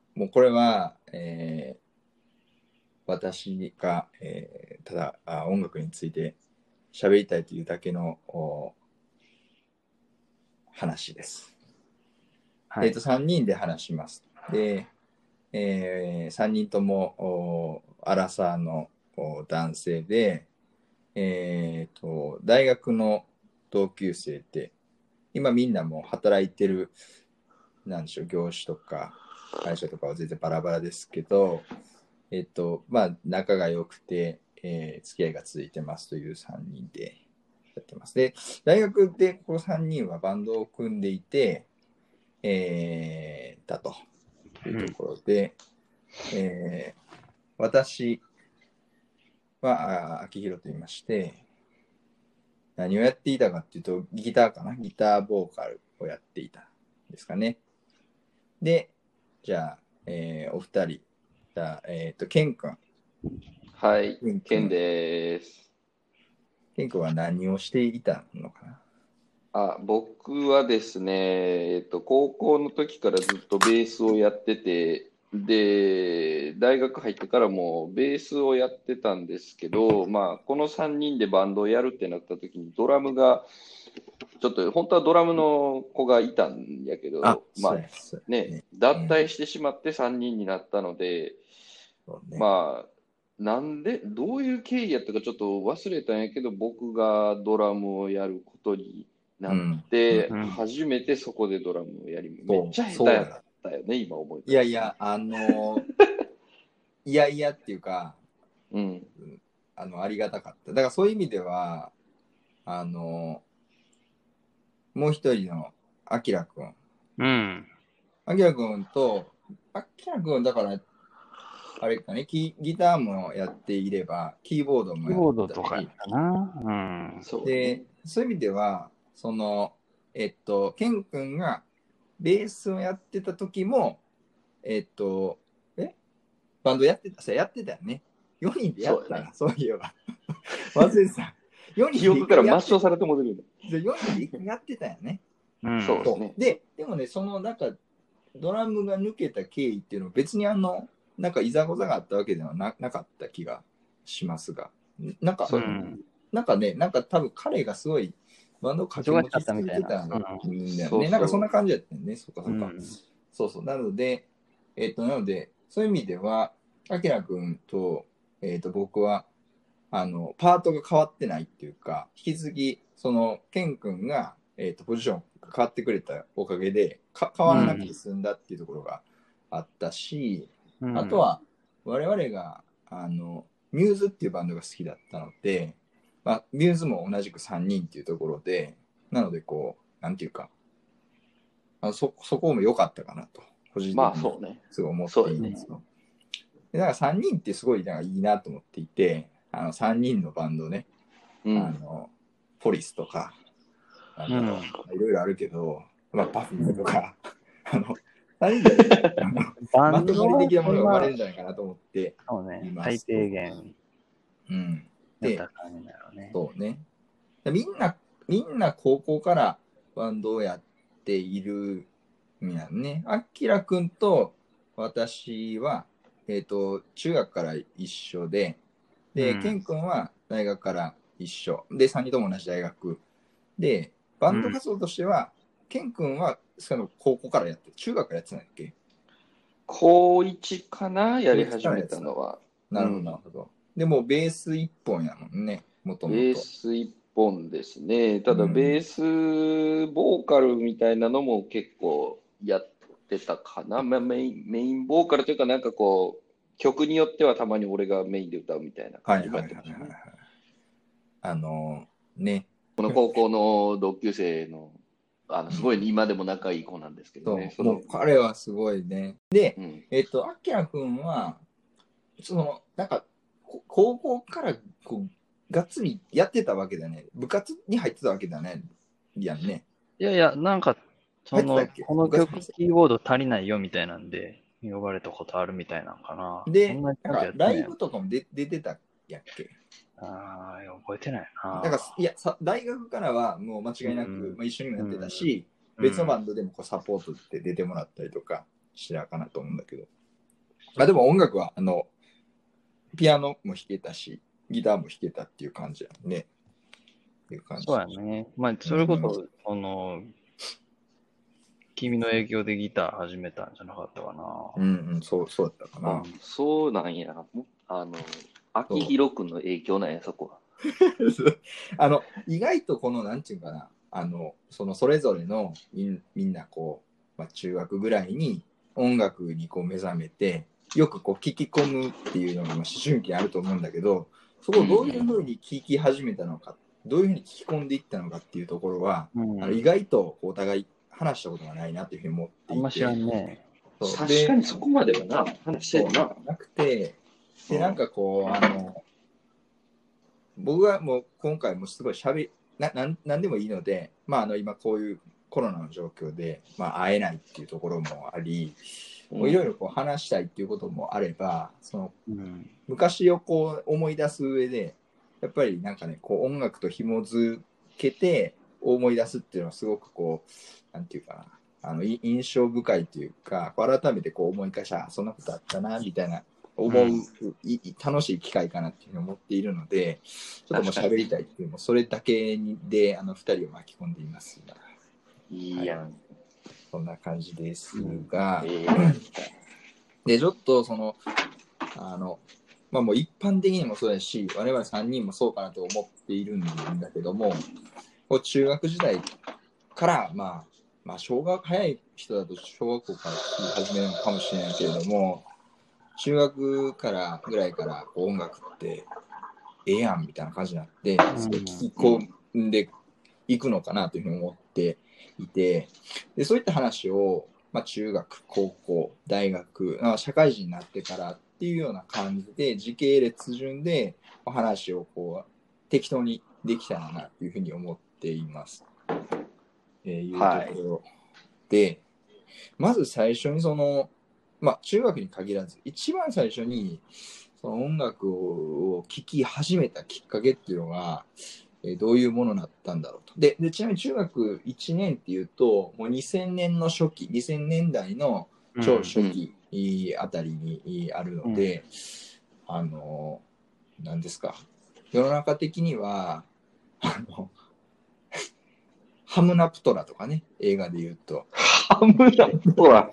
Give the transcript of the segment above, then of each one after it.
もうこれは、私が、ただ音楽について喋りたいというだけの話です。 はい。 3人で話します。で、3人ともアラサーの男性で、大学の同級生で、今みんなもう働いてる、なんでしょう、業種とか会社とかは全然バラバラですけど、まあ、仲が良くて、付き合いが続いてますという3人でやってます。で、大学でこの3人はバンドを組んでいて、だというところで、私は秋広と言いまして、何をやっていたかっていうと、ギターかな、ギターボーカルをやっていたんですかね。で、じゃあ、お二人、じゃあ、ケン君。 はい。ケンケン君、 です。 ケン君は何をしていたのかな。 僕はですね、高校の時からずっとベースをやってて、で、大学入ってからもベースをやってたんですけど、まあ、この3人でバンドをやるってなった時にドラムが、ちょっと本当はドラムの子がいたんやけあ、 ど、まあそうや、そうやね、 ね。 脱退してしまって3人になったので、 そうね。 まあ、なんで、どういう経緯やったかちょっと忘れたんやけど、僕がドラムをやることになっうん。うて、 ん。 初めてそこでドラムをやり、めっそう、 ちゃ下手やっそうや。 たよね、今思い返すとね。 いやいや、いやいやっていうか、 うん。 ありがたかった。だからそういう意味では、あのもう一人のあきらくん。 うん。 あきらくんと、あきらくんだから、あれかね、ギターもやっていれば、キーボードもキーやっボードとかやってたし、 たな。うん。 で、 そうね。 そういう意味では、ケン君がベースをやってた時も、えっと、えバンドやってた、やってたよね。4人でやったな、 そうやね。 そういえば。忘れてた。4人で一記憶から回やって、 抹消されても出るね。 4人で一回やってたよね。 うん。 そうですね。 でもね、その、なんか、ドラムが抜けた経緯っていうのは別になんかいざこざがあったわけではなかった気がしますが、なんか、 そうやね。 うん。 なんかね、なんか多分彼がすごいバンドを掛け持忙しかちし続けったみたいな。 たんだよそうね。なんかそんなそ感じだったよね。そっかそっか。 うん。 そうそう。なので、なので、そういう意味では、あきらくんと、僕は、パートが変わってないっていうか、引き続き、ケン君が、ポジションが変わってくれたおかげで、変わらなくて済んだっていうところがあったし、 うん。 あとは、我々が、ミューズっていうバンドが好きだったので、まあ、ミューズも同じく3人っていうところで、なので、こう、なんていうか、そこも良かったかなと、個う。まあ人的にそうね。 すごい思っそうやね。 ています。で、だから3人ってすごいなんかいいなと思っていて、3人のバンドね、 うん。 ポリスとか、なんだろうん。 う、いろいろあるけど、まあ、パフィーとか、3人だとね、まとバンドはまり的なものが生まれそんな、 るんじゃないかなと思ってそうね、 いま最すと。 低限うん。で、 やった感じだよね。 そうね。みんな高校からバンドをやっているんやね。あきらくんと私は、中学から一緒で、ケうん。 ンくんは大学から一緒。で、3人とも同じ大学。で、バうん。 ンド活動としては、ケンくんはその高校からやって、中学からやってたんだっけ。 高一かなや高1かり始めらやってた。 たのは。 なるほど、なるうん。 ほど。でも、ベース一本やもんね、もともベーと。 ス一本ですね。ただ、ベーうん。 スボーカルみたいなのも結構やってたかな。まあ、メインボーカルというか、なんかこう、曲によってはたまに俺がメインで歌うみたいなはい感じもやってはいはいはいはい。 ましたね。 あのね。 この高校の同級生の、 うん。 すごい今でも仲いい子なんですけどね。 そう、もう彼はすごいね。で、 うん。 あきらくんは、なんか、高校からこうがっつりやってたわけだね。部活に入ってたわけだね。いやんね。 いやいや、なんか、この部活入ってた。 曲キーボード足りないよみたいなんで、呼ばれたことあるみたいなのかな。そんで、 なにちゃんとなんかやってないよ。 ライブとかも出てたやっけ。 ああ、覚えてないな。 なんか、いや、大学からはもう間違いなく、 うん。 まあ、一緒にもうん。 やってたし、別のバうん。 ンドでもこうサポートって出てもらったりとかしてたかなと思うんだけど。 まあでも音楽は、ピアノも弾けたし、ギターも弾けたっていう感じやね。っていう感じ。 そうやね。まあ、それこそ、君の影響でギター始めたんじゃなかったかな。 うん、そうだったかな。 そうなんや。秋広くんの影響なんや、そこは。 意外とこの、なんていうかな、それぞれのみんなこう、まあ、中学ぐらいに音楽にこう目覚めて、よくこう聞き込むっていうのが思春期にあると思うんだけど、そこをどういうふうに聞き始めたのか、どういうふうに聞き込んでいったのかっていうところは、意外とお互い話したことがないなっていうふうに思っていて。 あんま知らんね。 確かにそこまではな、話してるな。 なくて、で、なんかこう、僕はもう今回もすごいなんでもいいので、まあ、今こういうコロナの状況で、まあ、会えないっていうところもあり、いろいろこう話したいっていうこともあれば、昔をこう思い出す上で、やっぱりなんかね、こう音楽と紐づけて思い出すっていうのはすごくこう、なんていうかな、印象深いというか、改めてこう思い返し、そんなことあったな、みたいな思う、楽しい機会かなっていうふうに思っているので、ちょっともう喋りたいっていうのも、それだけで2人を巻き込んでいます。 いいやん。 はい、そんな感じですが、で、ちょっとまあもう一般的にもそうだし、我々3人もそうかなと思っているんだけども、こう中学時代から、まあ早い人だと小学校から聴き始めるのかもしれないけれども、中学からぐらいから音楽ってええやんみたいな感じになって、聞き込んでいくのかなというふうに思っていて、でそういった話を、まあ、中学、高校、大学、社会人になってからっていうような感じで、時系列順でお話をこう適当にできたらなというふうに思っています。いうところで、まず最初にまあ、中学に限らず、一番最初にその音楽を聴き始めたきっかけっていうのが、どういうものだったんだろうと。でちなみに中学1年っていうと、もう2000年の初期、2000年代の超初期あたりにあるので、何ですか、世の中的には、ハムナプトラとかね、映画で言うと。 ハムナプトラ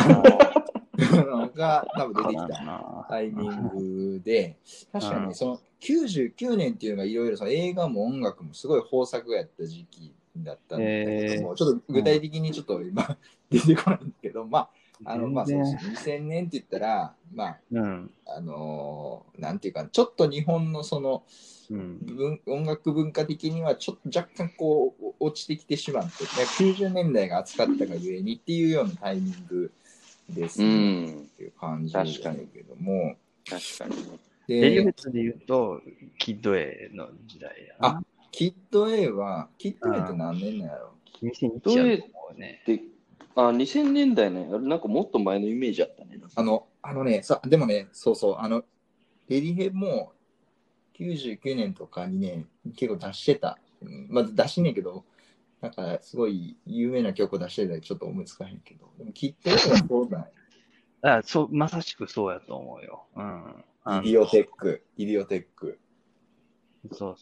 が多分出てきたタイミングで、確かにその99年っていうのがいろいろ映画も音楽もすごい豊作やった時期だったんだけども、ちょっと具体的にちょっと今出てこないんですけど、まあ2000年って言ったら、まあ、なんていうか、ちょっと日本の音楽文化的にはちょっと若干こう落ちてきてしまって、90年代が熱かったがゆえにっていうようなタイミングですね、っていう感じだけども。 確かに。 デリベツで言うと、キッド A の時代やな。 キッド A って何年なんやろ？ 2001やと思うね。 2000年代ね、なんかもっと前のイメージあったね。 でもね、レディヘも99年とか2年結構出してた。まず出しねえけど、なんかすごい有名な曲を出してたらちょっと思いつかへんけど、でもキッド A はそうだね。 まさしくそうやと思うよ。 イディオテック。 そう。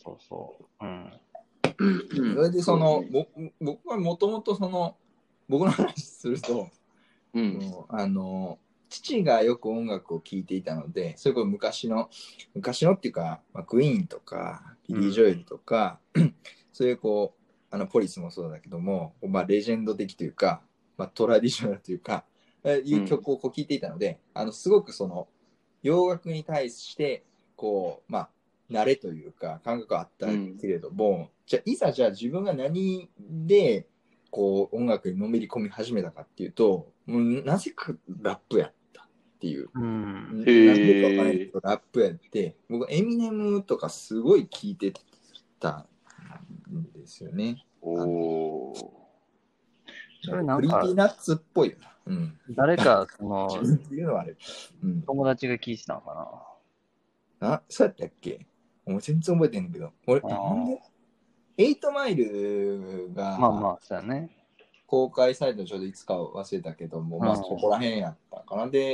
それで僕はもともと僕の話すると、父がよく音楽を聴いていたので、それこそ昔のっていうか、クイーンとかビリー・ジョエルとか、そういうこうポリスもそうだけども、レジェンド的というか、トラディショナルというか、いう曲を聴いていたので、すごく洋楽に対してこう慣れというか感覚があったけれども、じゃあ自分が何でこう音楽にのめり込み始めたかっていうと、なぜかラップやったっていう。なんでかわからないけどラップやって、僕エミネムとかすごい聴いてたんですよね。 それなんかクリーピーナッツっぽいよな。 誰か友達が聞いてたのかな。そうやったっけ？もう全然覚えてんけど。俺、なんで8マイルがそうやね。 公開されたのちょうどいつか忘れたけども、そこら辺やったかな。で、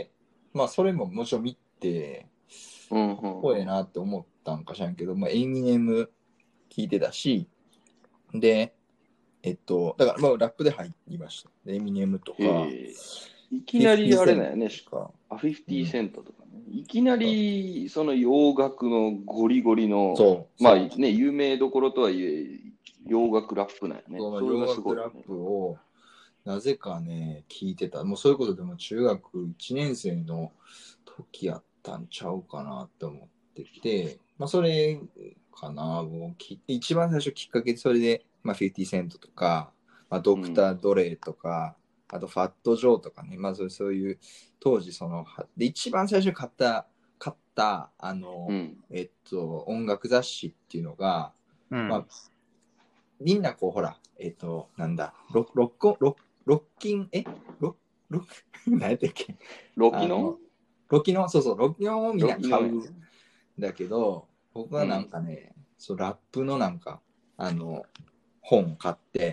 まあそれももちろん見て、 うんうん。 こうええなって思ったんかしらんけど、まあ、エミネム聞いてたし、で、だからまあラップで入りました。エミネムとか、 へえ。いきなりあれだよね。 とか、 50セントとかね。いきなり、その洋楽のゴリゴリの、 そうまあね、有名どころとはいえ、洋楽ラップなんやね。 そのそれが洋すごいよね。 楽ラップをなぜかね、聞いてた。もうそういうことでも中学1年生の時やったんちゃうかなって思ってて、まあそれかな、もう一番最初きっかけでそれで、まあ50セントとか、まあドクター・ドレイとか、あとファット・ジョーとかね、まあそういう当時で一番最初に買った、 うん。 音楽雑誌っていうのが、 うん。 まあみんなこう、ほら、なんだ、ロッキン、ロッ、何やったっけロキノンロキノン、そうそう、ロキノンをみんな買うんロキノンや。 だけど、僕はなんかね、ラップのなんか、本を買って、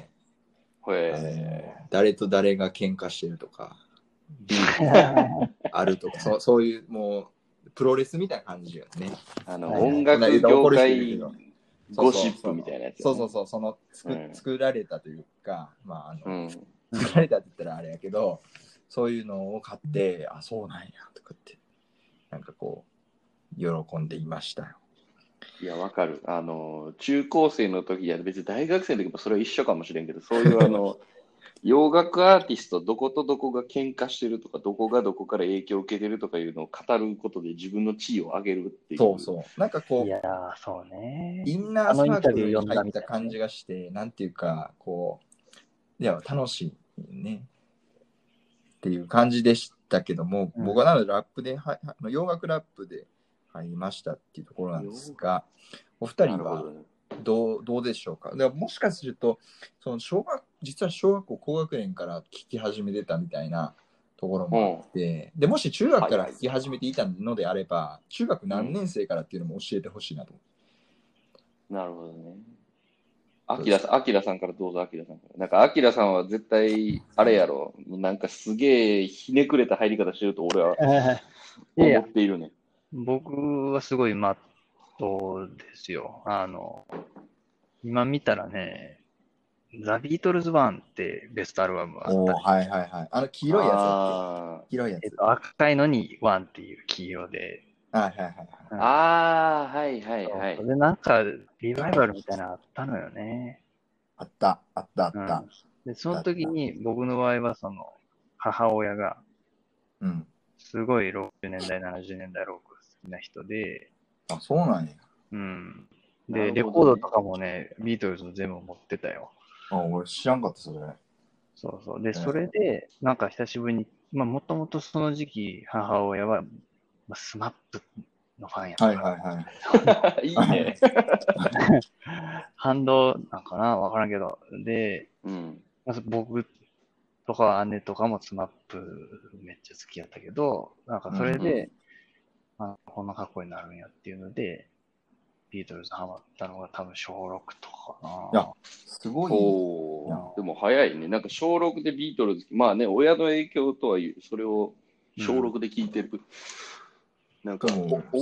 誰と誰が喧嘩してるとか、ビーフがあるとか、そういうもう、プロレスみたいな感じよね。 音楽業界ゴシップみたいなやつ、ね。 そう作られたというか、まあ作られたって言ったらあれやけど、そういうのを買って、あ、そうなんやとかって、なんかこう、喜んでいましたよ。 いや、わかる。中高生の時や、別に大学生の時もそれは一緒かもしれんけど、そういう洋楽アーティスト、どことどこが喧嘩してるとか、どこがどこから影響を受けてるとかいうのを語ることで自分の地位を上げるっていう。 そうそう。なんかこう、 いやー、そうね。 インナーサークルに入った読んだみたいなね感じがして、なんていうか、こう、いや、楽しいね。っていう感じでしたけども、僕はなのでラップで、洋楽ラップで入りましたっていうところなんですが、お二人はどうでしょうか。だからもしかすると、実は小学校高学年から聴き始めてたみたいなところもあって、でもし中学から聴き始めていたのであれば、中学何年生からっていうのも教えてほしいなと思う。なるほどね。アキラさんからどうぞ、アキラさんから。なんか、アキラさんは絶対、あれやろ。なんかすげえひねくれた入り方してると俺は思っているね。 僕はすごいまっとうですよ。今見たらね、ザ・ビートルズ1ってベストアルバムあったり。 はいはいはい。黄色いやつだっけ？黄色いやつ。 赤いのに1っていう黄色で。 はいはいはい。 はいはいはい。 で、なんか、リバイバルみたいなのあったのよね。 あった。 で、その時に僕の場合は、母親が、すごい60年代、70年代ロック好きな人で、 あ、そうなんや。 で、レコードとかもね、ビートルズの全部持ってたよ。 あ、俺知らんかった、それ。 そうそう。で、それで、なんか久しぶりに、もともとその時期、母親は、スマップのファンやった。 はいはいはい。 いいね。 反動なんかなわからんけど。で、僕とか姉とかもスマップめっちゃ好きやったけど、なんかそれで、こんなかっこいいになるんやっていうので、ビートルズハマったのが多分小6とかかな。 いや、すごい。 でも早いね。なんか小6でビートルズ、まあね、親の影響とはいえ、それを小6で聞いてる。なんか、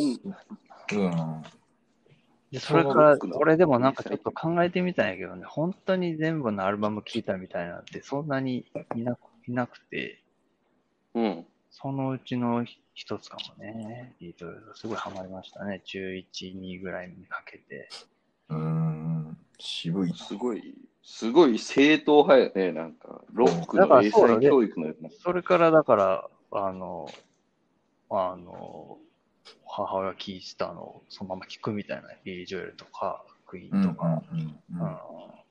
で、それから、俺でもなんかちょっと考えてみたんやけどね、本当に全部のアルバム聴いたみたいなんてそんなにいなくて、そのうちの一つかもね、ビートルズすごいハマりましたね。中1、2ぐらいにかけて。 渋い。 すごい正統派やね、なんか、ロックの英才教育のやつな。 それからだから、母親聴いてたのをそのまま聴くみたいな、ビリー・ジョエルとか、クイーンとか、